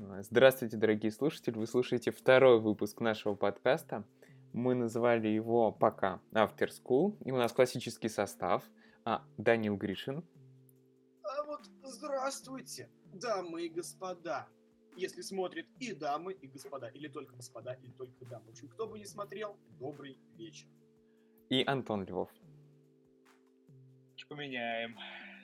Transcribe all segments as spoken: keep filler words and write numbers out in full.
Здравствуйте, дорогие слушатели! Вы слушаете второй выпуск нашего подкаста. Мы называли его пока After School, и у нас классический состав. А, Данил Гришин. А вот здравствуйте, дамы и господа. Если смотрят и дамы, и господа, или только господа, или только дамы. В общем, кто бы ни смотрел, добрый вечер. И Антон Львов. Поменяем.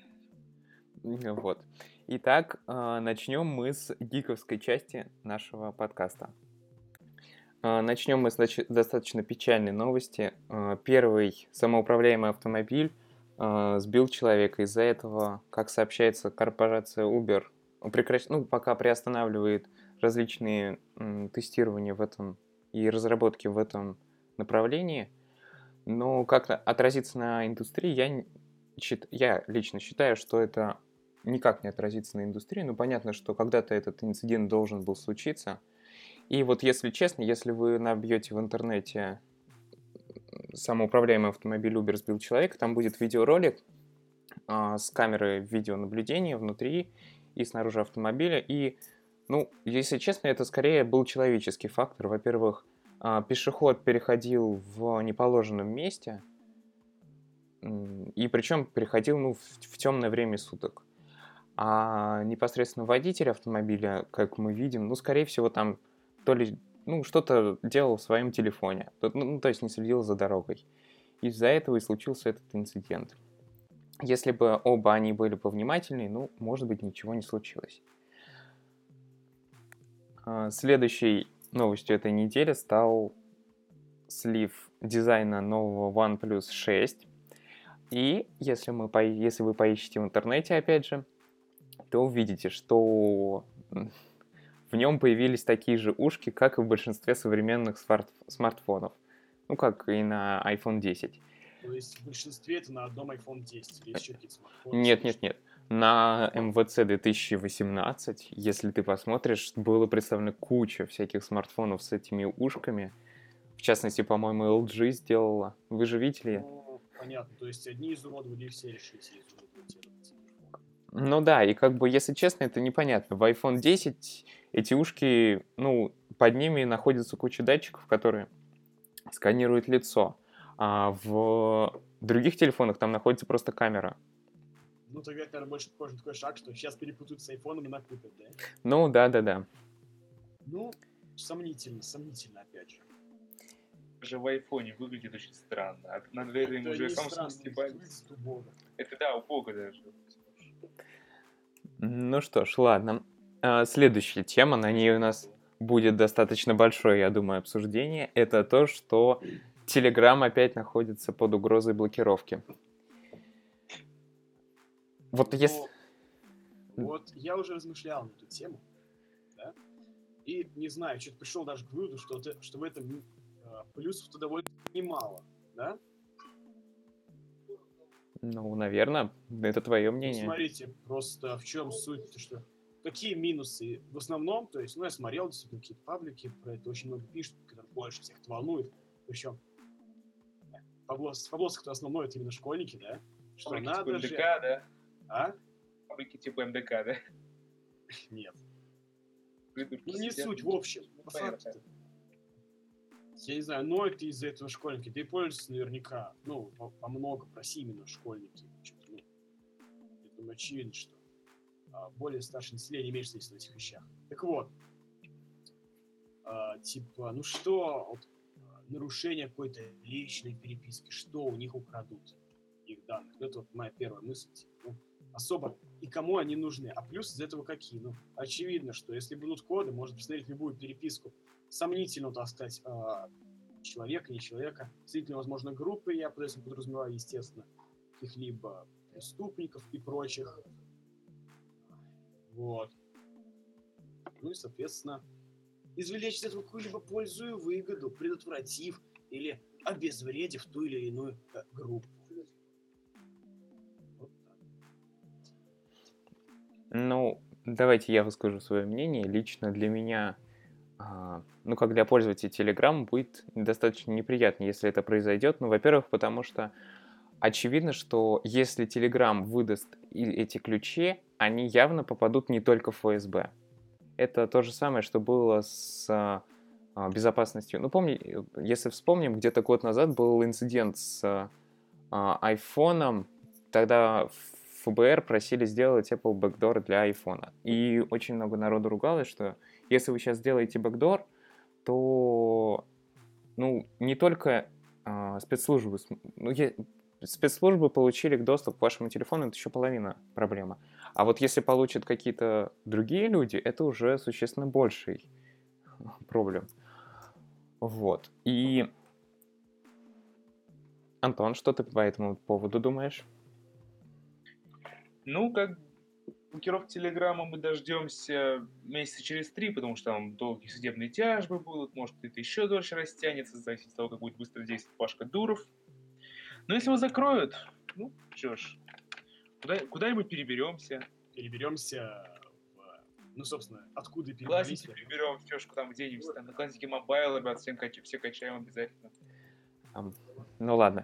Вот. Итак, начнем мы с гиковской части нашего подкаста. Начнем мы с достаточно печальной новости. Первый самоуправляемый автомобиль сбил человека. Из-за этого, как сообщается, корпорация Uber прекращ... ну, пока приостанавливает различные м, тестирования в этом и разработки в этом направлении. Но как отразится на индустрии, я, счит... я лично считаю, что это никак не отразится на индустрии. Но понятно, что когда-то этот инцидент должен был случиться. И вот если честно, если вы набьете в интернете самоуправляемый автомобиль Uber сбил человека, там будет видеоролик а, с камеры видеонаблюдения внутри и снаружи автомобиля. И, ну, если честно, это скорее был человеческий фактор. Во-первых, а, пешеход переходил в неположенном месте, и причем переходил ну, в, в темное время суток. А непосредственно водитель автомобиля, как мы видим, ну, скорее всего, там то ли ну, что-то делал в своем телефоне, ну, то есть не следил за дорогой. Из-за этого и случился этот инцидент. Если бы оба они были повнимательнее, ну, может быть, ничего не случилось. Следующей новостью этой недели стал слив дизайна нового OnePlus шесть. И если, мы, если вы поищете в интернете, опять же, то увидите, что в нем появились такие же ушки, как и в большинстве современных смарт- смартфонов. Ну, как и на айфон десять. То есть в большинстве это на одном айфон десять или еще какие-то смартфоны? Нет, нет, нет. На эм вэ цэ две тысячи восемнадцать, если ты посмотришь, было представлено куча всяких смартфонов с этими ушками. В частности, по-моему, эл джи сделала. Вы же видели? Ну, понятно. То есть одни изуродовали, все решили изуродовать этот телефон. Ну да, и как бы, если честно, это непонятно. В айфон десять эти ушки, ну, под ними находится куча датчиков, которые сканируют лицо. А в других телефонах там находится просто камера. Ну, тогда это, наверное, больше похоже на такой шаг, что сейчас перепутают с айфоном и накупят, да? Ну, да-да-да. Ну, сомнительно, сомнительно, опять же. Же в айфоне выглядит очень странно. Над этим Это уже не Samsung странно, стебались. это убого. Это да, убого даже. Ну что ж, ладно. А, следующая тема, на ней у нас будет достаточно большое, я думаю, обсуждение. Это то, что Telegram опять находится под угрозой блокировки. Вот Но, если... Вот я уже размышлял на эту тему, да, и не знаю, что-то пришел даже к выводу, что, это, что в этом э, плюсов-то довольно немало, да? Ну, наверное, это твое Ну, мнение. смотрите, просто в чем суть-то, что какие минусы в основном, то есть, ну, я смотрел действительно какие-то паблики, про это очень много пишут, когда больше всех это волнует, причем в паблосах-то основное это именно школьники, да? Что Фабрики надо типа же... эм дэ ка, да? А? Фабрики типа эм дэ ка, да? Нет. Придурки Ну, не сидят, суть, в общем, ну, по понятно. факту. Я не знаю, но это из-за этого школьники. Да и пользуются наверняка, ну, по, по много, проси именно школьники. Ну, я думаю, очевидно, что а, более старшее население имеет смысл в этих вещах. Так вот, а, типа, ну что, вот, нарушение какой-то личной переписки, что у них украдут их данных. Это вот моя первая мысль. Типа, ну, особо и кому они нужны. А плюс из этого какие? Ну, очевидно, что если будут коды, можно посмотреть любую переписку сомнительного, так сказать, человека, не человека, действительно, возможно, группы, я под этим подразумеваю, естественно, каких-либо преступников и прочих. Вот. Ну и, соответственно, извлечь из этого какую-либо пользу и выгоду, предотвратив или обезвредив ту или иную группу. Вот так. Ну, давайте я выскажу свое мнение. Лично для меня, ну, как для пользователя Telegram, будет достаточно неприятно, если это произойдет. Ну, во-первых, потому что очевидно, что если Telegram выдаст эти ключи, они явно попадут не только в эф эс бэ. Это то же самое, что было с а, а, безопасностью. Ну, помни, э, если вспомним, где-то год назад был инцидент с а, айфоном. Тогда эф бэ эр просили сделать Apple Backdoor для айфона. И очень много народу ругалось, что если вы сейчас сделаете Backdoor, то ну, не только а, спецслужбы, см- ну, е- спецслужбы получили доступ к вашему телефону, это еще половина проблемы. А вот если получат какие-то другие люди, это уже существенно больший проблем. Вот. И, Антон, что ты по этому поводу думаешь? Ну, как блокировки Телеграма мы дождемся месяца через три, потому что там долгие судебные тяжбы будут, может, это еще дольше растянется, зависит от того, как будет быстро действовать Пашка Дуров. Но если его закроют, ну, что ж, куда, куда-нибудь переберемся. Переберемся в... Ну, собственно, откуда перебрались? Классики переберем, что ж, куда мы денемся. Там на классике мобайл, ребят, всем кач- все качаем обязательно. Ам, Ну ладно.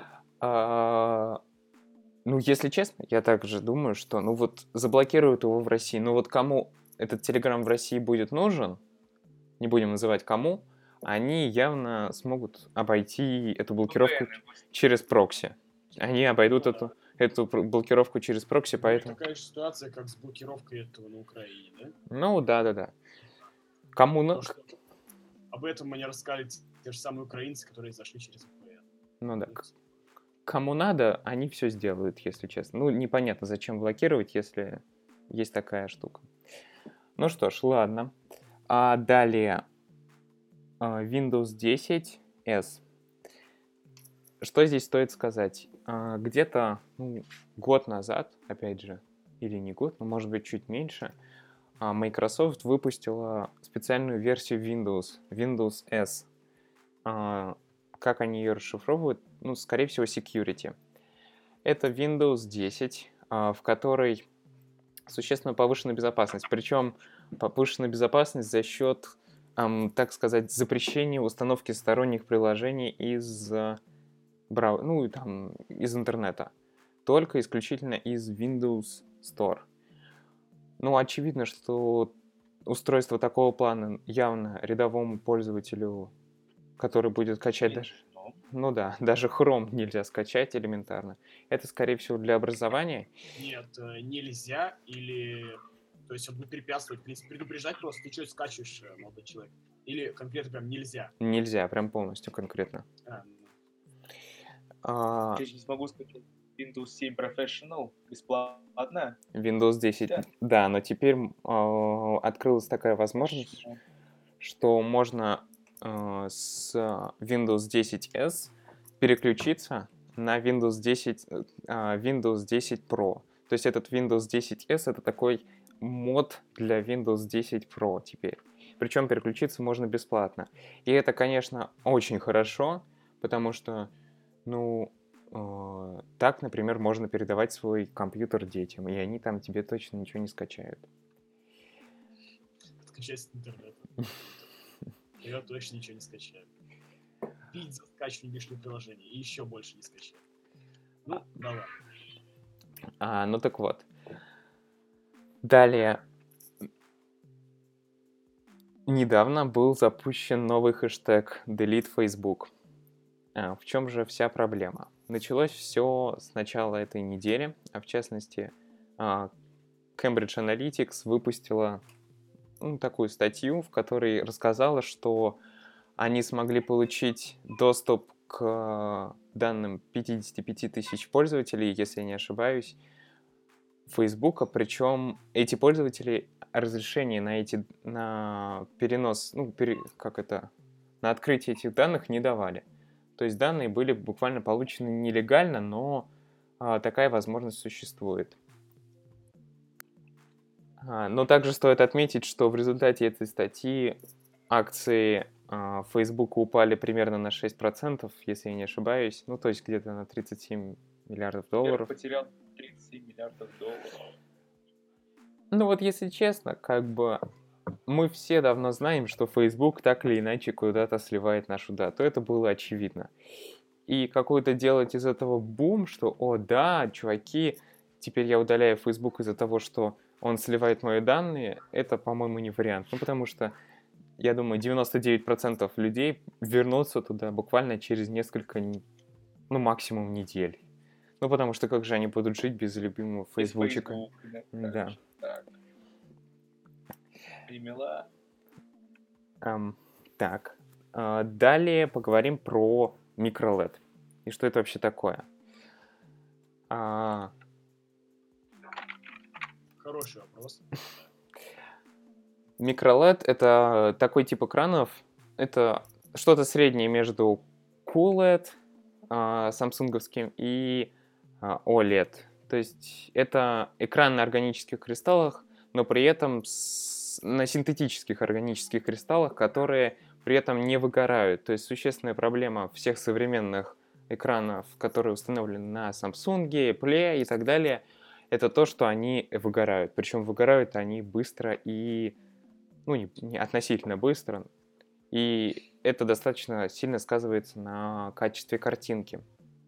А, Ну, если честно, я также думаю, что ну вот заблокируют его в России. Ну вот кому этот Телеграм в России будет нужен, не будем называть кому, они явно смогут обойти эту блокировку вэ пэ эн пусть. через прокси. Они обойдут Ну да. эту, эту пр- блокировку через прокси, Будет поэтому... такая же ситуация, как с блокировкой этого на Украине, да? Ну, да-да-да. Кому... на- Потому что об этом мне рассказали те же самые украинцы, которые зашли через вэ пэ эн. Ну да. Ну, к- Кому надо, они все сделают, если честно. Ну, непонятно, зачем блокировать, если есть такая штука. Ну что ж, ладно. А далее а, Windows десять эс. Что здесь стоит сказать? А, Где-то ну, год назад, опять же, или не год, но может быть чуть меньше, а, Microsoft выпустила специальную версию Windows, Windows эс. А, Как они ее расшифровывают? Ну, скорее всего, Security. Это Windows десять, а, в которой существенно повышена безопасность. Причем повышена безопасность за счет, ам, так сказать, запрещения установки сторонних приложений из э, брау- ну, и там, из интернета. Только исключительно из Windows Store. Ну, очевидно, что устройство такого плана явно рядовому пользователю, который будет качать даже... Ну, Ну да, даже Chrome нельзя скачать элементарно. Это, скорее всего, для образования. Нет, э, нельзя, или... То есть он будет препятствовать, в принципе, предупреждать просто, ты что скачиваешь, э, молодой человек. Или конкретно прям нельзя. Нельзя, прям полностью конкретно. А, ну, А, я не смогу скачать Windows семь Professional бесплатно. Windows десять, Да. да, но теперь а, открылась такая возможность, Почему? что можно а, с Windows десять эс переключиться на Windows десять, э, а, Windows десять Pro. То есть этот Windows десять эс это такой мод для Windows десять Pro теперь. Причем переключиться можно бесплатно. И это, конечно, очень хорошо, потому что, ну, э, так, например, можно передавать свой компьютер детям, и они там тебе точно ничего не скачают. скачать с интернета. Я точно ничего не скачаю. Пить за скачивание лишних приложений и еще больше не скачаю. Ну, да ладно. А, ну так вот. Далее. Недавно был запущен новый хэштег Delete Facebook. А, в чем же вся проблема? Началось все с начала этой недели, а в частности а, Cambridge Analytics выпустила ну, такую статью, в которой рассказала, что они смогли получить доступ к данным пятьдесят пять тысяч пользователей, если я не ошибаюсь, Фейсбука, причем эти пользователи разрешение на эти на перенос, ну, пере, как это, на открытие этих данных не давали. То есть данные были буквально получены нелегально, но а, такая возможность существует. А, но также стоит отметить, что в результате этой статьи акции а, Facebook упали примерно на шесть процентов, если я не ошибаюсь, ну то есть где-то на тридцать семь миллиардов Я долларов. потерял тридцать семь миллиардов долларов. Ну вот если честно, как бы мы все давно знаем, что Facebook так или иначе куда-то сливает нашу дату. Это было очевидно. И какой-то делать из этого бум, что, о да, чуваки, теперь я удаляю Facebook из-за того, что он сливает мои данные, это, по-моему, не вариант. Ну, потому что, я думаю, девяносто девять процентов людей вернутся туда буквально через несколько, н- ну, максимум недель. Ну, потому что как же они будут жить без любимого Без фейсбучика? Facebook, да, Да. конечно, так. Примела. Ам, так. А, далее поговорим про микролед. И что это вообще такое? А, Хороший вопрос. Микролед — это такой тип экранов. Это что-то среднее между кулед а, самсунговским и а, OLED. То есть это экран на органических кристаллах, но при этом с- на синтетических органических кристаллах, которые при этом не выгорают. То есть существенная проблема всех современных экранов, которые установлены на Samsung, Apple и так далее, это то, что они выгорают. Причем выгорают они быстро и, ну, не, не относительно быстро. И это достаточно сильно сказывается на качестве картинки.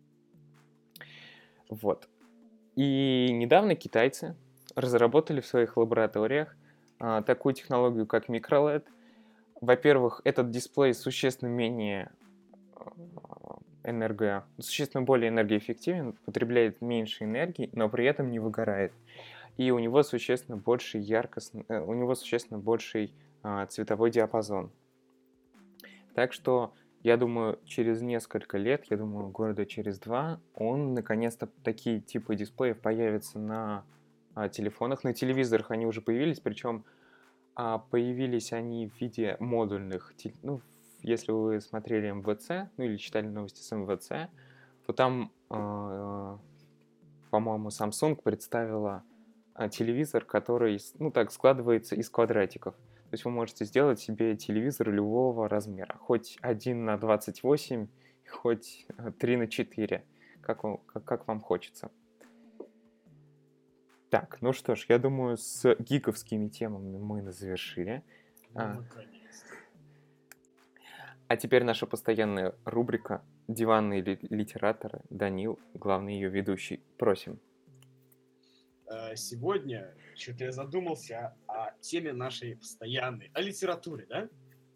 Вот. И недавно китайцы разработали в своих лабораториях а, такую технологию, как микролед. Во-первых, этот дисплей существенно менее а, энерго, существенно более энергоэффективен, потребляет меньше энергии, но при этом не выгорает. И у него существенно больше яркость, э, у него существенно больший а, цветовой диапазон. Так что я думаю, через несколько лет, я думаю, года через два, он наконец-то такие типы дисплеев появятся на а, телефонах, на телевизорах они уже появились, причем а, появились они в виде модульных. тел- Ну, если вы смотрели эм вэ цэ, ну или читали новости с эм вэ цэ, то там, а, по-моему, Samsung представила а, телевизор, который, с- ну так, складывается из квадратиков. То есть вы можете сделать себе телевизор любого размера, хоть один на двадцать восемь, хоть э, три на четыре, как, вам- как, как вам хочется. Так, ну что ж, я думаю, с гиковскими темами мы завершили. Ну, А, наконец-то. а теперь наша постоянная рубрика «Диванные ли- литераторы». Данил, главный ее ведущий. Просим. Э, Сегодня что-то я задумался о теме нашей постоянной, о литературе, да?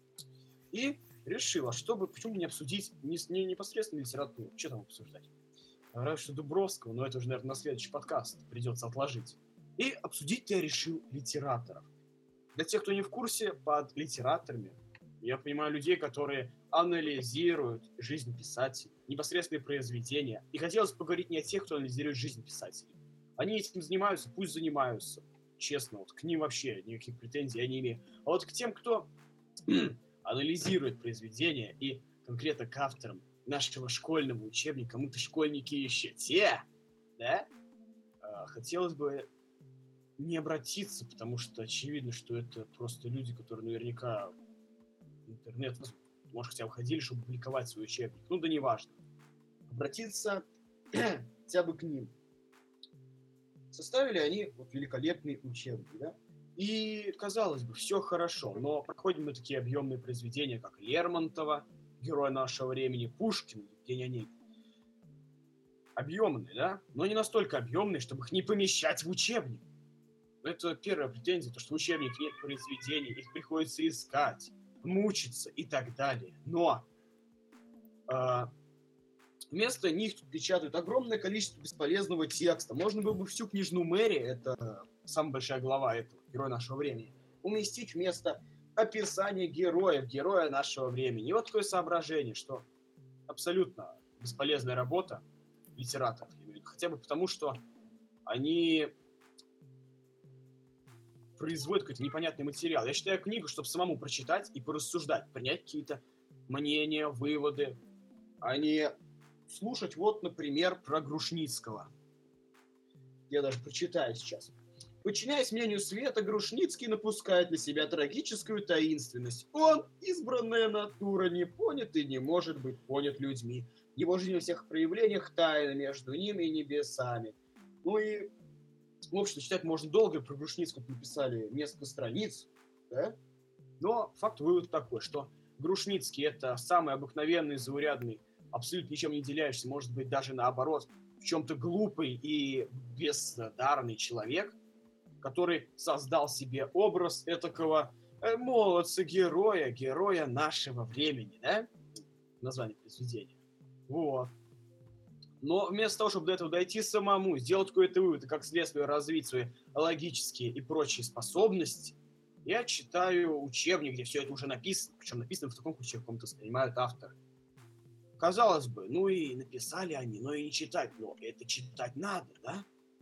И решила, чтобы, почему бы не обсудить не, с- не непосредственно литературу, что там обсуждать? Разве что Дубровского, но это уже, наверное, на следующий подкаст придется отложить. И обсудить я решил литераторов. Для тех, кто не в курсе, под литераторами я понимаю людей, которые анализируют жизнь писателей, непосредственные произведения. И хотелось бы поговорить не о тех, кто анализирует жизнь писателей. Они этим занимаются, пусть занимаются. Честно, вот к ним вообще никаких претензий я не имею. А вот к тем, кто анализирует произведения и конкретно к авторам нашего школьного учебника, мы-то школьники еще те, да? А, хотелось бы не обратиться, потому что очевидно, что это просто люди, которые наверняка в интернет, ну, может, хотя бы ходили, чтобы публиковать свой учебник. Ну, да неважно. Обратиться хотя бы к ним. Составили они вот великолепный учебник, да? И, казалось бы, все хорошо, но проходим мы такие объемные произведения, как Лермонтова, герой нашего времени, Пушкин, Евгений Онегин. Объемные, да? Но не настолько объемные, чтобы их не помещать в учебник. Это первая претензия, то, что в учебнике нет произведений, их приходится искать, мучиться и так далее. Но э, вместо них тут печатают огромное количество бесполезного текста. Можно было бы всю книжную Мэри, это самая большая глава этого, героя нашего времени, уместить вместо описания героев, героя нашего времени. И вот такое соображение, что абсолютно бесполезная работа литераторов, я имею в виду, хотя бы потому, что они производит какой-то непонятный материал. Я читаю книгу, чтобы самому прочитать и порассуждать, принять какие-то мнения, выводы, а не слушать, вот, например, про Грушницкого. Я даже прочитаю сейчас. Подчиняясь мнению Света, Грушницкий напускает на себя трагическую таинственность. Он, избранная натура, не понят и не может быть понят людьми. Его жизнь во всех проявлениях тайна между ними и небесами. Ну и в общем, читать можно долго, про Грушницкого написали несколько страниц, да? Но факт вывод такой, что Грушницкий — это самый обыкновенный, заурядный, абсолютно ничем не деляющийся, может быть, даже наоборот, в чем-то глупый и бездарный человек, который создал себе образ этакого э, молодца-героя, героя нашего времени, да? Название произведения. Вот. Но вместо того, чтобы до этого дойти самому, сделать какой-то вывод и как следствие развить свои логические и прочие способности, я читаю учебник, где все это уже написано, причем написано в таком ключе, в каком-то воспринимают авторы. Казалось бы, ну и написали они, но и не читать, но это читать надо, да?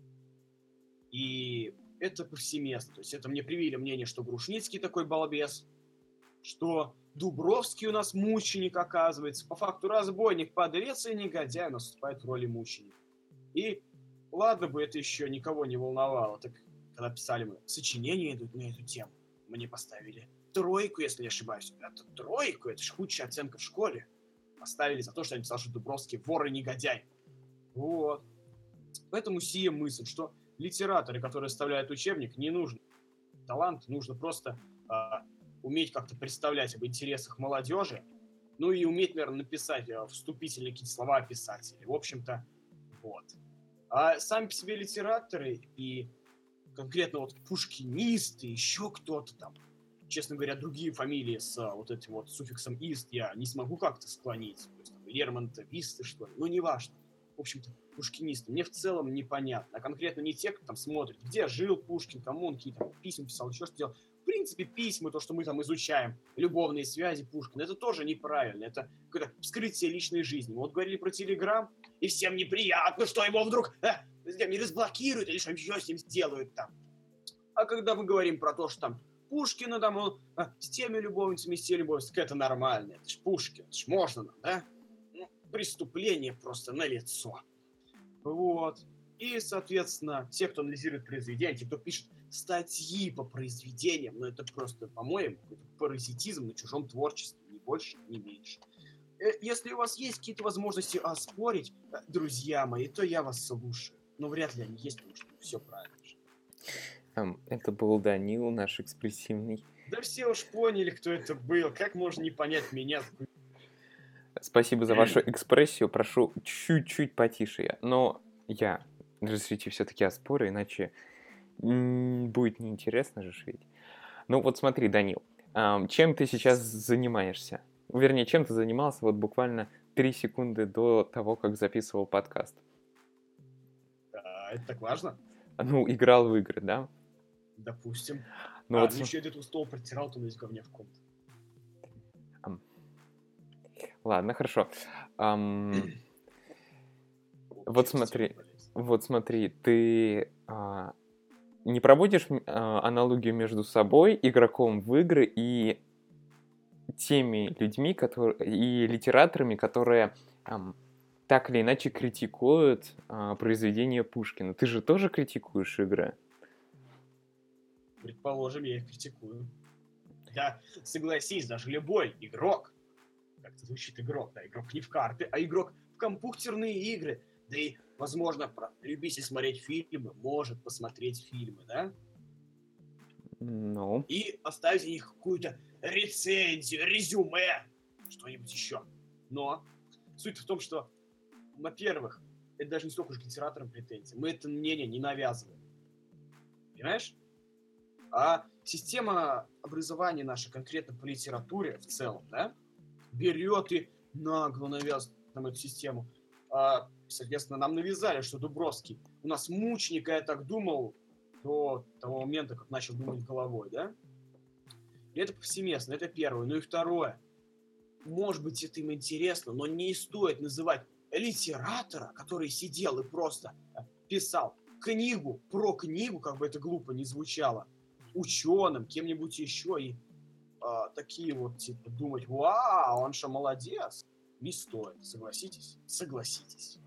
И это повсеместно. То есть это мне привили мнение, что Грушницкий такой балбес, что Дубровский у нас мученик, оказывается. По факту разбойник, подлец и негодяй, но выступает в роли мученика. И ладно бы это еще никого не волновало. Так когда писали мы сочинения идут на эту тему, мне поставили тройку, если не ошибаюсь. Это тройку, это же худшая оценка в школе. Поставили за то, что я написал, что Дубровский вор и негодяй. Вот. Поэтому сия мысль, что литераторы, которые составляют учебник, не нужны. Талант нужно просто а, уметь как-то представлять об интересах молодежи, ну и уметь, наверное, написать а, вступительные какие-то слова о писателе. В общем-то, вот. А сами по себе литераторы и конкретно вот пушкинисты, еще кто-то там, честно говоря, другие фамилии с а, вот этим вот суффиксом «ист» я не смогу как-то склонить. То есть, там, Лермонтовисты, что ли, ну, неважно. В общем-то, пушкинисты. Мне в целом непонятно. А конкретно не те, кто там смотрит, где жил Пушкин, кому он какие-то письма писал, еще что делал. В принципе, письма, то, что мы там изучаем, любовные связи Пушкина, это тоже неправильно. Это какое-то вскрытие личной жизни. Мы вот говорили про Телеграм, и всем неприятно, что его вдруг э, не разблокируют или что еще с ним сделают там. А когда мы говорим про то, что там Пушкина там он а, с теми любовницами, с теми любовницами, так это нормально. Это ж Пушкин, это ж можно нам, да? Ну, преступление просто налицо. Вот. И, соответственно, те, кто анализирует произведения, те, кто пишет статьи по произведениям, ну, это просто, по-моему, какой-то паразитизм на чужом творчестве, ни больше, ни меньше. Если у вас есть какие-то возможности оспорить, друзья мои, то я вас слушаю. Но вряд ли они есть, потому что все правильно. Это был Данил, наш экспрессивный. Да все уж поняли, кто это был. Как можно не понять меня? Спасибо за вашу экспрессию. Прошу чуть-чуть потише. Но я, разрешите, все-таки оспорю, иначе м, будет неинтересно же ведь. Ну вот смотри, Данил, ам, чем ты сейчас занимаешься? Вернее, чем ты занимался вот буквально три секунды до того, как записывал подкаст? Да, это так важно? Ну, играл в игры, да? Допустим. Ну, а, вот ну см- еще я этот стол протирал, то есть говня в комнате. Ладно, хорошо. Ам, Вот смотри, вот смотри, ты а, не проводишь м, а, аналогию между собой, игроком в игры, и теми людьми, которые, и литераторами, которые ам, так или иначе критикуют а, произведения Пушкина. Ты же тоже критикуешь игры? Предположим, я их критикую. Да, согласись, даже любой игрок, как это звучит игрок, да, игрок не в карты, а игрок в компьютерные игры, да и, возможно, про- любитель смотреть фильмы, может посмотреть фильмы, да, Ну, и оставить о них какую-то рецензию, резюме, что-нибудь еще. Но суть в том, что, во-первых, это даже не столько уж к литераторам претензий, мы это мнение не навязываем. Понимаешь? А система образования наша, конкретно по литературе в целом, да, берет и нагло навязывает нам эту систему. А, соответственно, нам навязали, что Дубровский у нас мученик, а я так думал до того момента, как начал думать головой, да? И это повсеместно, это первое. Ну и второе. Может быть, это им интересно, но не стоит называть литератора, который сидел и просто писал книгу про книгу, как бы это глупо не звучало, ученым, кем-нибудь еще, и а, такие вот, типа, думать, вау, он что, молодец? Не стоит, согласитесь? Согласитесь.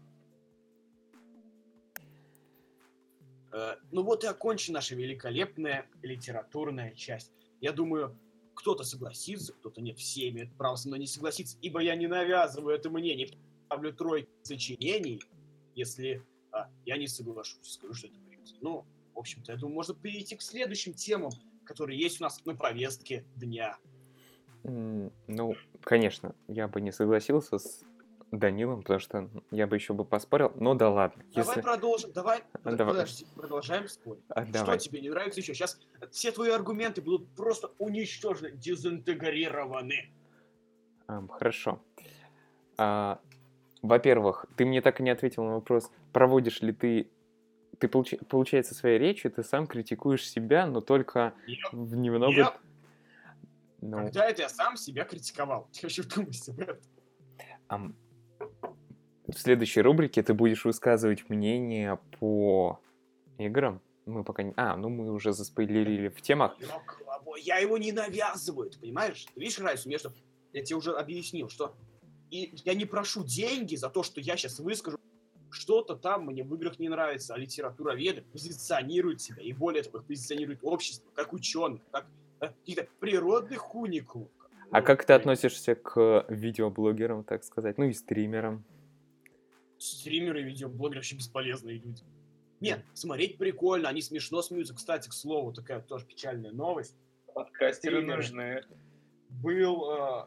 Э, ну вот и окончена наша великолепная литературная часть. Я думаю, кто-то согласится, кто-то нет. Все имеют право со мной не согласиться, ибо я не навязываю это мнение. Ставлю тройку сочинений, если а, я не соглашусь. Скажу, что это бред. Ну, в общем-то, я думаю, можно перейти к следующим темам, которые есть у нас на повестке дня. м, ну, конечно, я бы не согласился с Данилом, потому что я бы еще бы поспорил. Ну да ладно. Давай Если... продолжим, давай, А, под- давай. подожди, продолжаем спорить. А, Что давай. тебе не нравится еще? Сейчас все твои аргументы будут просто уничтожены, дезинтегрированы. Ам, хорошо. А, во-первых, ты мне так и не ответил на вопрос, проводишь ли ты... Ты, получ- получается, своей речью ты сам критикуешь себя, но только Нет, в немного... нет. Ну, Когда это я сам себя критиковал? Ты вообще думаешь об этом? ам, в следующей рубрике ты будешь высказывать мнение по играм. Мы пока не... А, ну мы уже заспойлерили в темах. Ёк, лобой, я его не навязываю, ты понимаешь? Ты видишь разницу между... Я тебе уже объяснил, что и я не прошу деньги за то, что я сейчас выскажу что-то там мне в играх не нравится, а литературоведы позиционируют себя, и более того, их позиционирует общество, как ученых, как э, каких-то природных уникумов. А Ну, как ты блин, относишься к видеоблогерам, так сказать, ну и стримерам? стримеры и видеоблогеры вообще бесполезные люди. Нет, смотреть прикольно, они смешно смеются. Кстати, к слову, такая тоже печальная новость. Подкастеры Стримеры. нужны. Был, э,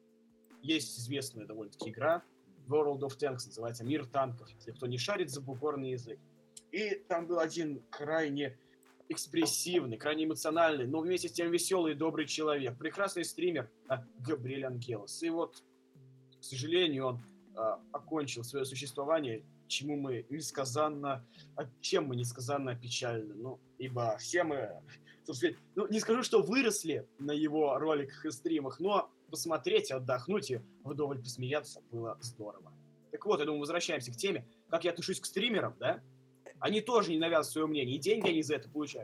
есть известная довольно-таки игра, World of Tanks, называется «Мир танков», если кто не шарит за букварный язык. И там был один крайне экспрессивный, крайне эмоциональный, но вместе с тем веселый и добрый человек. Прекрасный стример а, Габриэль Ангелос. И вот, к сожалению, он а, окончил свое существование, чему мы несказанно, а, чем мы несказанно печальны. Ну, ибо все мы, собственно, ну, не скажу, что выросли на его роликах и стримах, но посмотреть, отдохнуть и вдоволь посмеяться было здорово. Так вот, я думаю, возвращаемся к теме, как я отношусь к стримерам, да? Они тоже не навязывают свое мнение, и деньги они за это получают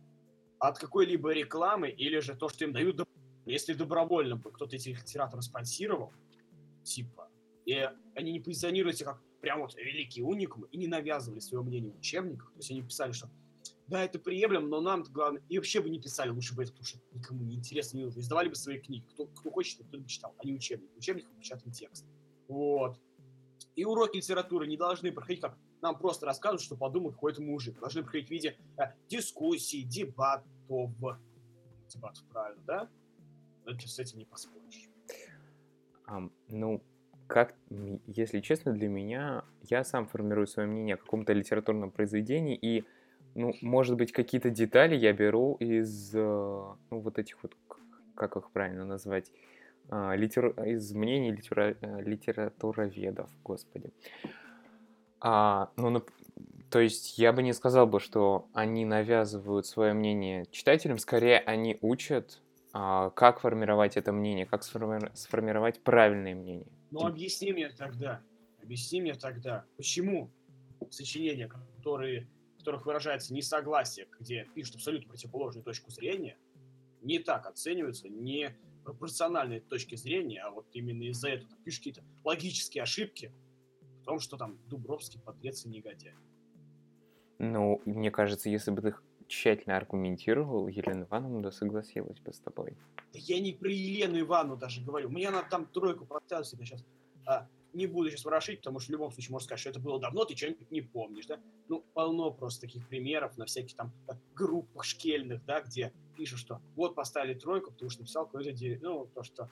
от какой-либо рекламы, или же то, что им дают добровольно. Если добровольно бы кто-то этих литераторов спонсировал, типа, и они не позиционируют себя как прям вот великие уникумы и не навязывали свое мнение в учебниках, то есть они писали, что да, это приемлемо, но нам главное... И вообще бы не писали лучше бы это, потому что никому не интересно, не нужно. Издавали бы свои книги. Кто, кто хочет, кто бы читал, а не учебник. В учебниках печатан текст. Вот. И уроки литературы не должны проходить как нам просто рассказывают, что подумал какой-то мужик. Должны проходить в виде э, дискуссий, дебатов. Дебатов, правильно, да? Это с этим не поспоришь. Ам, ну, как, м, если честно, для меня, я сам формирую свое мнение о каком-то литературном произведении, и, ну, может быть, какие-то детали я беру из, э, ну, вот этих вот, к- как их правильно назвать, а, литер- из мнений литера- э, литературоведов, господи. А, ну, нап- то есть я бы не сказал бы, что они навязывают свое мнение читателям, скорее они учат, а, как формировать это мнение, как сформи- сформировать правильное мнение. Ну, объясни мне тогда, объясни мне тогда, почему сочинения, которые, в которых выражается несогласие, где пишут абсолютно противоположную точку зрения, не так оцениваются, не пропорциональной точки зрения, а вот именно из-за этого там пишут какие-то логические ошибки в том, что там Дубровский подлец и негодяй. Ну, и мне кажется, если бы ты их тщательно аргументировал, Елена Ивановна да согласилась бы с тобой. Да я не про Елену Ивановну даже говорю. Мне она там тройку поставила себе сейчас. А, не буду сейчас ворошить, потому что в любом случае можно сказать, что это было давно, ты что-нибудь не помнишь, да? Ну, полно просто таких примеров на всяких там э, группах шкельных, да, где пишут, что вот поставили тройку, потому что написал какой-то деревья. Ну, то, что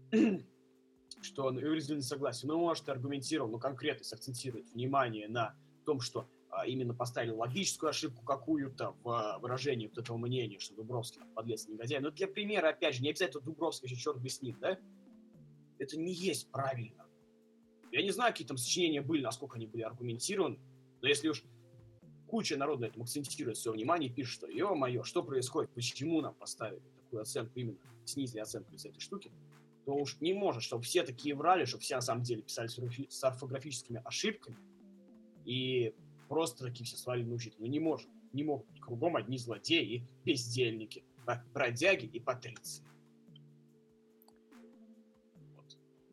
что он выразил несогласие. Ну, может, и аргументировал, но конкретно сакцентирует внимание на том, что а, именно поставили логическую ошибку какую-то в а, выражении вот этого мнения, что Дубровский там, подлец и негодяй. Но для примера, опять же, не обязательно Дубровский, еще черт бы с ним, да? Это не есть правильно. Я не знаю, какие там сочинения были, насколько они были аргументированы, но если уж куча народа на этом акцентирует свое внимание и пишет, что ё-моё, что происходит, почему нам поставили такую оценку, именно снизили оценку из этой штуки, то уж не может, чтобы все такие врали, чтобы все на самом деле писали с орфографическими ошибками и просто такие все свалили на учителя. Ну не может, не могут быть кругом одни злодеи и бездельники, бродяги и патриции. Вот.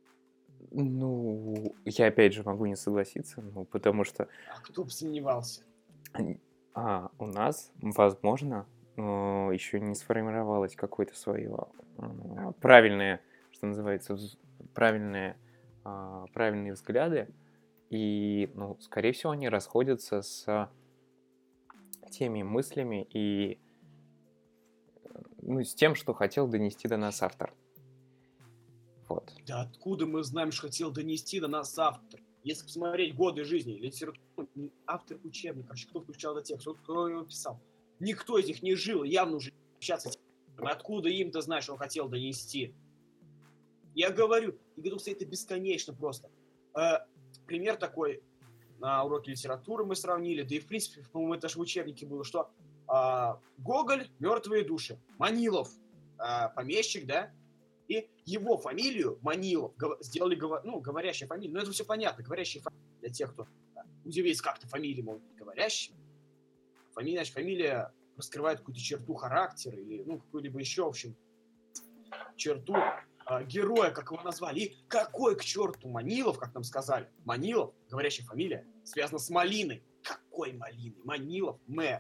Ну, я опять же могу не согласиться, ну, потому что А кто бы сомневался? а, у нас, возможно, еще не сформировалось какое-то свое а, правильное, что называется, вз- правильное, а, правильные взгляды, и, ну, скорее всего, они расходятся с теми мыслями и ну, с тем, что хотел донести до нас автор. Вот. Да откуда мы знаем, что хотел донести до нас автор? Если посмотреть годы жизни, литературу, автор учебника, короче, кто включал этот текст, кто его писал. Никто из них не жил, явно уже общаться с тем. Откуда им-то знать, что он хотел донести? Я говорю, и говорю, что это бесконечно просто. Э, пример такой, на уроке литературы мы сравнили, да и в принципе, по-моему, это же в учебнике было, что э, Гоголь «Мертвые души», Манилов э, помещик, да, и его фамилию Манилов сделали, ну, говорящая фамилия. Но это все понятно, говорящая фамилия для тех, кто да, удивится, как-то фамилии могут быть говорящими. Фамилия, значит, фамилия раскрывает какую-то черту характера или, ну, какую-либо еще, в общем, черту э, героя, как его назвали. И какой к черту Манилов, как нам сказали? Манилов, говорящая фамилия, связана с малиной. Какой малиной? Манилов,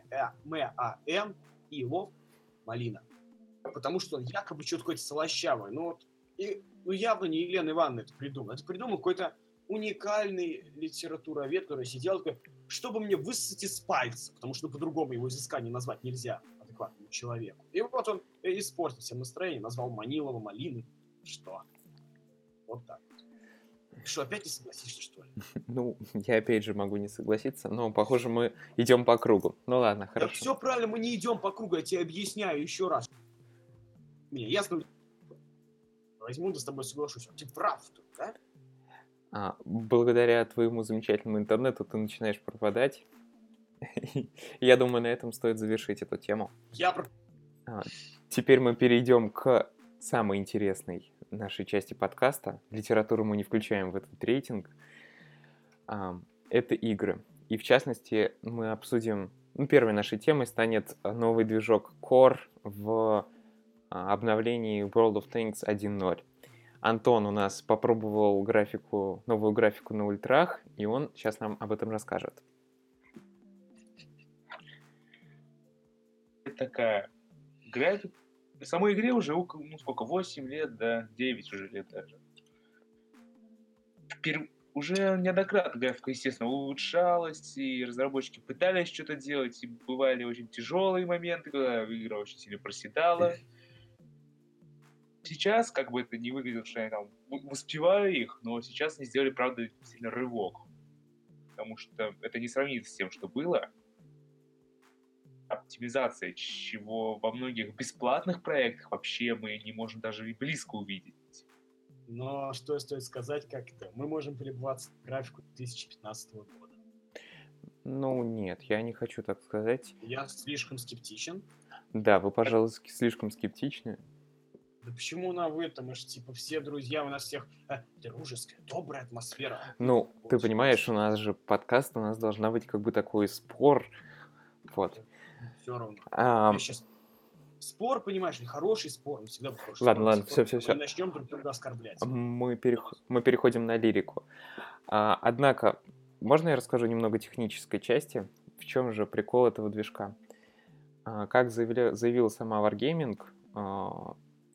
М-А-Н, Илов, малина. Потому что он якобы что-то какое-то слащавое. Ну, вот, и, ну, явно не Елена Ивановна это придумала. Это придумал какой-то уникальный литературовед, который сидел такой, чтобы мне высосать из пальца, потому что по-другому его изыскание назвать нельзя адекватному человеку. И вот он испортил всем настроение, назвал Манилова малиной. Что? Вот так. Что, опять не согласишься, что ли? Ну, я опять же могу не согласиться, но, похоже, мы идем по кругу. Ну ладно, хорошо. Так все правильно, мы не идем по кругу, я тебе объясняю еще раз. Мне ясно. Возьму, да с тобой соглашусь. Ты прав тут, да? А, благодаря твоему замечательному интернету ты начинаешь пропадать. Я думаю, на этом стоит завершить эту тему. Я про... А, теперь мы перейдем к самой интересной нашей части подкаста. Литературу мы не включаем в этот рейтинг. А, это игры. И в частности, мы обсудим... Ну, первой нашей темой станет новый движок Core в обновлении World of Tanks один ноль. Антон у нас попробовал графику, новую графику на ультрах, и он сейчас нам об этом расскажет. Такая графика. Самой игре уже около, ну сколько, восемь лет, да, девять уже лет даже. Впер... Уже неоднократно графика, естественно, улучшалась, и разработчики пытались что-то делать, и бывали очень тяжелые моменты, когда игра очень сильно проседала. Сейчас, как бы это не выглядело, что я там успеваю их, но сейчас они сделали, правда, сильно рывок. Потому что это не сравнится с тем, что было. Оптимизация, чего во многих бесплатных проектах вообще мы не можем даже и близко увидеть. Но что стоит сказать, как это? Мы можем полюбоваться на графику две тысячи пятнадцатого года. Ну, нет, я не хочу так сказать. Я слишком скептичен. Да, вы, пожалуй, слишком скептичны. Да почему на вы-то? Мы же типа все друзья, у нас всех э, дружеская, добрая атмосфера. Ну, ты понимаешь, у нас же подкаст, у нас должна быть как бы такой спор. Вот. Все равно. А... Я сейчас... Спор, понимаешь ли, хороший спор, он всегда хороший. Ладно, спор, ладно, спор, все, все, все. Мы начнем друг друга оскорблять. Мы, перех... мы переходим на лирику. А, однако, можно я расскажу немного технической части? В чем же прикол этого движка? А, как заявили... заявила сама Wargaming, а...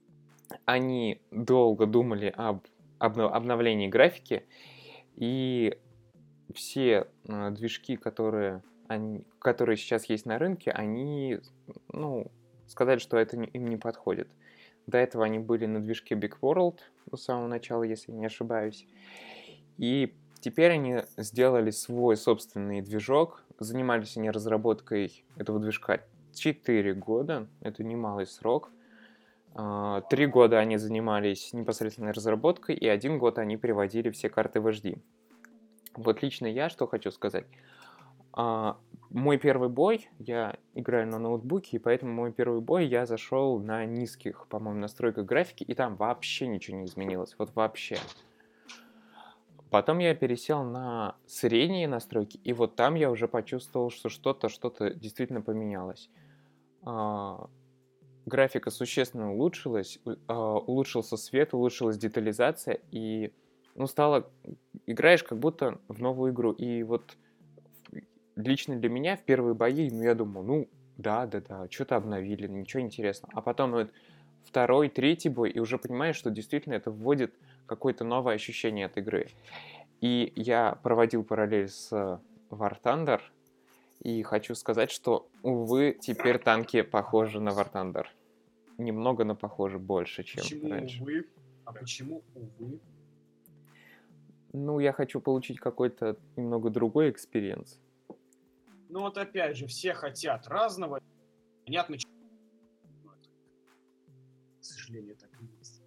они долго думали об обнов... обновлении графики, и все а, движки, которые, они... которые сейчас есть на рынке, они, ну, сказали, что это им не подходит. До этого они были на движке Big World с самого начала, если не ошибаюсь. И теперь они сделали свой собственный движок. Занимались они разработкой этого движка четыре года. Это немалый срок. Три года они занимались непосредственной разработкой, и один год они переводили все карты в эйч ди. Вот лично я что хочу сказать. Uh, мой первый бой, я играю на ноутбуке, и поэтому мой первый бой я зашел на низких, по-моему, настройках графики, и там вообще ничего не изменилось, вот вообще. Потом я пересел на средние настройки, и вот там я уже почувствовал, что что-то, что-то действительно поменялось. Uh, графика существенно улучшилась, uh, улучшился свет, улучшилась детализация, и, ну, стало, играешь как будто в новую игру, и вот лично для меня в первые бои, ну, я думал, ну, да-да-да, что-то обновили, ничего интересного. А потом вот второй, третий бой, и уже понимаешь, что действительно это вводит какое-то новое ощущение от игры. И я проводил параллель с War Thunder, и хочу сказать, что, увы, теперь танки похожи на War Thunder. Немного, но похожи больше, чем Почему раньше. вы? А почему, увы? Ну, я хочу получить какой-то немного другой экспириенс. Ну вот опять же, все хотят разного. Понятно, ч- но это, к сожалению, так и есть.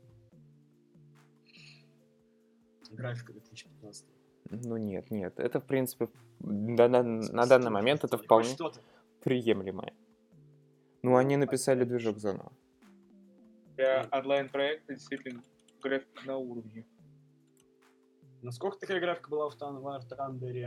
Графика две тысячи пятнадцатого. Ну нет, нет, это в принципе на, на- на Что данный вы момент это сделали? Хоть вполне что-то. приемлемое. Ну, Ну, они написали опять движок же. заново. Для Ну, онлайн-проекта действительно графика на уровне. насколько такая графика была в Тан- War Thunder?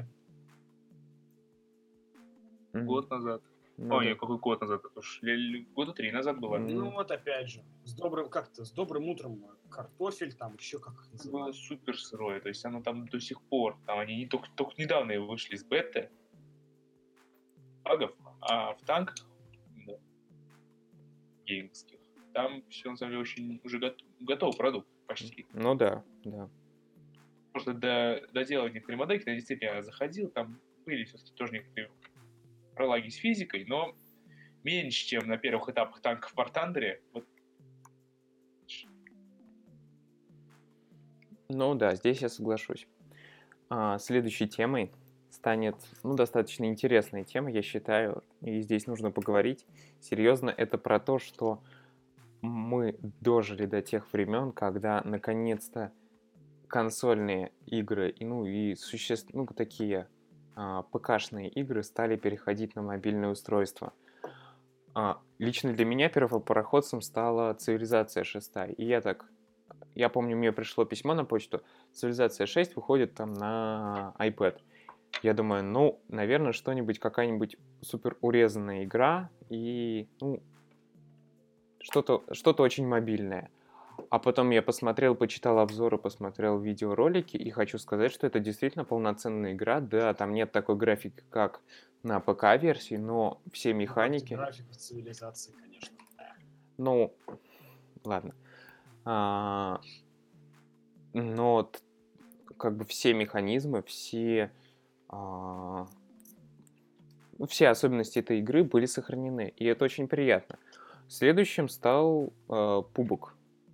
Мгм. Год назад. Ну Ой, да. какой год назад? Это уж ле- ле- года три назад было. М. Ну вот опять же, с добрым, как-то, с добрым утром э, картофель, там еще как их Это было называют. супер сырое, то есть оно там до сих пор, там они не только, только недавно и вышли из беты, багов, а в танках, да, геймских, там все на самом деле очень уже гот- готов продукт почти. Ну да, да. Просто до доделать некоторые модельки, я действительно заходил, там были все-таки тоже некоторые пролаги с физикой, но меньше, чем на первых этапах танков в War Thunder. Вот. Ну да, здесь я соглашусь. А, следующей темой станет, ну, достаточно интересная тема, я считаю, и здесь нужно поговорить. Серьезно, это про то, что мы дожили до тех времен, когда наконец-то консольные игры, и, ну и существ, ну, такие а, ПК-шные игры стали переходить на мобильные устройства. А, лично для меня первопроходцем стала «Цивилизация шестая». И я так, я помню, мне пришло письмо на почту, «Цивилизация шесть выходит там на iPad». Я думаю, ну, наверное, что-нибудь, какая-нибудь супер урезанная игра и, ну, что-то что-то очень мобильное. А потом я посмотрел, почитал обзоры, посмотрел видеоролики, и хочу сказать, что это действительно полноценная игра. Да, там нет такой графики, как на ПК-версии, но все Ну, как-то механики... графика в цивилизации, конечно. Ну, ладно. А, но т- как бы все механизмы, все, а, ну, все особенности этой игры были сохранены, и это очень приятно. Следующим стал э, Пубок.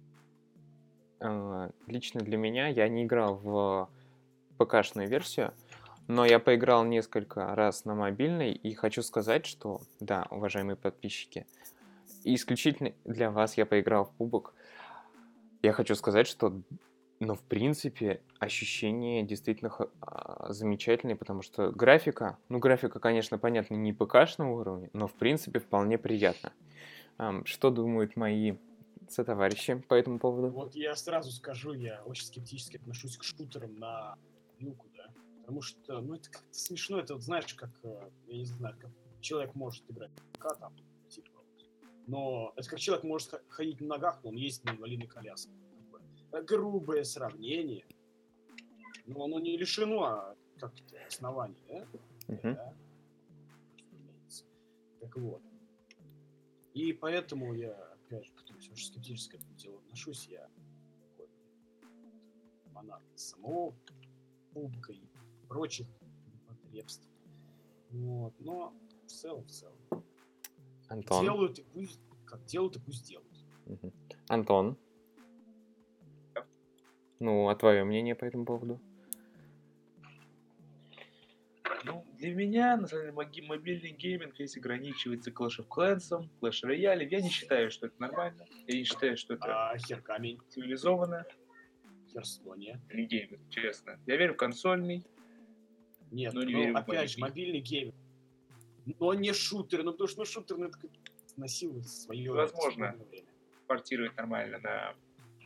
Э, лично для меня я не играл в ПК-шную версию, но я поиграл несколько раз на мобильной, и хочу сказать, что, да, уважаемые подписчики, исключительно для вас я поиграл в Пубок. Я хочу сказать, что, ну, в принципе, ощущения действительно х- а, замечательные, потому что графика, ну, графика, конечно, понятно, не ПК-шного уровня, но, в принципе, вполне приятно. Ам, что думают мои сотоварищи по этому поводу? Вот я сразу скажу, я очень скептически отношусь к шутерам на вилку, да. Потому что, ну, это как-то смешно, это вот знаешь, как, э, я не знаю, как человек может играть в ПК там, типа, вот. Но это как человек может х- ходить на ногах, но он ездит на инвалидной коляске. Такое, э, грубое сравнение, но оно не лишено а, как-то оснований, да? Мгм. Да, разумеется. Так вот. И поэтому я, опять же, повторюсь, очень скептически к этому делу отношусь. Я такой фанат самого пубка и прочих непотребств. Вот. Но в целом, в целом. Антон. Делают и пусть, как делают и пусть делают. Мгм. Антон. Ну, а твое мнение по этому поводу? Ну, для меня, на самом деле, моги- мобильный гейминг здесь ограничивается Clash of Clans, Clash Royale. Я не считаю, что это нормально. Я не считаю, что это А хер камень, цивилизованно. Херсоне. Не гейминг, честно. Я верю в консольный, Нет, но не ну верю в опять же, мобильный. мобильный гейм. Но не шутер, ну потому что ну, шутер ну, это как насилует свое Возможно. свободное время. Портировать нормально на...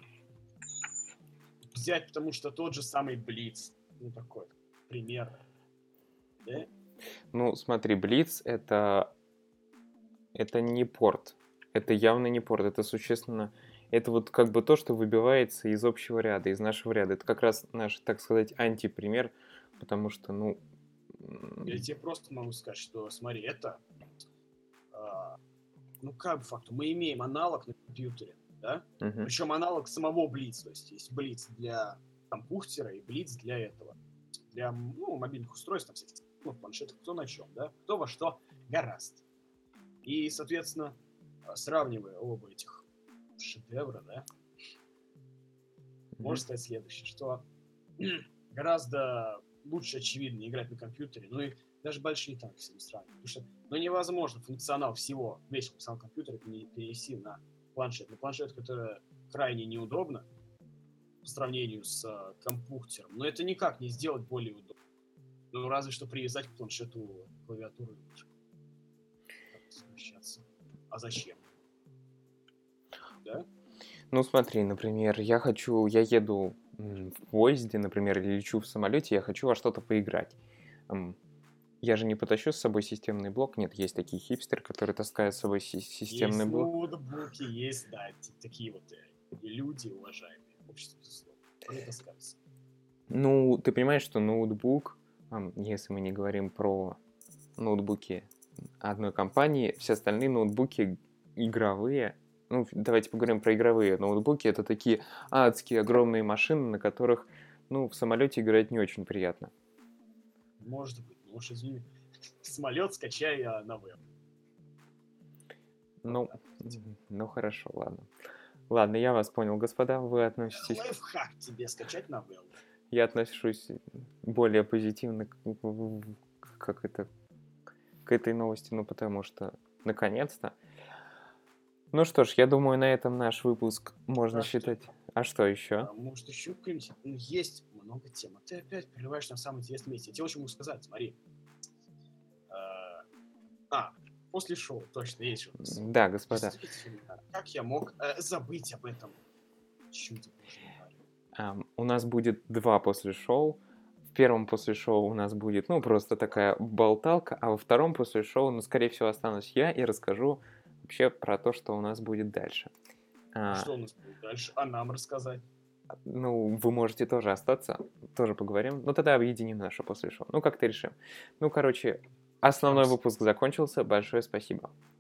Взять, потому что тот же самый Блиц. Ну такой пример. Да? Ну, смотри, Блиц это, это не порт. Это явно не порт. Это существенно... Это вот как бы то, что выбивается из общего ряда, из нашего ряда. Это как раз наш, так сказать, антипример, потому что, ну... м, Я тебе просто могу сказать, что смотри, это а, ну как бы факту, мы имеем аналог на компьютере, да? мгм. Причем аналог самого Блиц, то есть есть Блиц для там бухтера и Блиц для этого, для ну, мобильных устройств, там, всяких, ну, планшетов, кто на чем, да? Кто во что гораст. И, соответственно, а, сравнивая оба этих шедевра, да, может сказать следующее, что гораздо лучше, очевидно, играть на компьютере, ну и даже большие танки с ним сравнивать. Потому что ну, невозможно функционал всего, весь функционал компьютера перенести на планшет. На планшет, который крайне неудобно по сравнению с э, компьютером. Но это никак не сделать более удобно. Ну, разве что привязать к планшету клавиатуру и мышку. Как-то совмещаться. А зачем? Да? Ну, смотри, например, я хочу, я еду м, в поезде, например, или лечу в самолете, я хочу во что-то поиграть. М, Я же не потащу с собой системный блок. Нет, есть такие хипстеры, которые таскают с собой си- системный Есть блок. ноутбуки, есть, да, т- такие вот э, люди уважаемые, общество, безусловно, которые таскаются. Ну, ты понимаешь, что ноутбук, ам, если мы не говорим про ноутбуки одной компании, все остальные ноутбуки игровые, ну, давайте поговорим про игровые ноутбуки, это такие адские огромные машины, на которых, ну, в самолете играть не очень приятно. Может быть, ну уж извини, самолет скачай а, на веб. Ну, так вот. м, ну хорошо, ладно. Ладно, я вас понял, господа, вы относитесь... Лайфхак тебе скачать на веб. Я отношусь более позитивно к, как это, к этой новости, ну, потому что, наконец-то. Ну что ж, я думаю, на этом наш выпуск можно А что? считать. А что еще? А, может, еще какие-нибудь? Ну, есть много тем. А ты опять прерываешь на самом интересном месте. Я тебе очень могу сказать, смотри. А, а, после шоу, точно, есть что Да, господа. Действительно, как я мог э, забыть об этом чуде, боже мой. Ам, у нас будет два после шоу. В первом после шоу у нас будет, ну, просто такая болталка, а во втором после шоу, ну, скорее всего, останусь я и расскажу вообще про то, что у нас будет дальше. А А, что у нас будет дальше? А нам рассказать? ну, вы можете тоже остаться, тоже поговорим. Ну, тогда объединим наше после шоу. Ну, как-то решим. Ну, короче, основной Хорошо. выпуск закончился. Большое спасибо.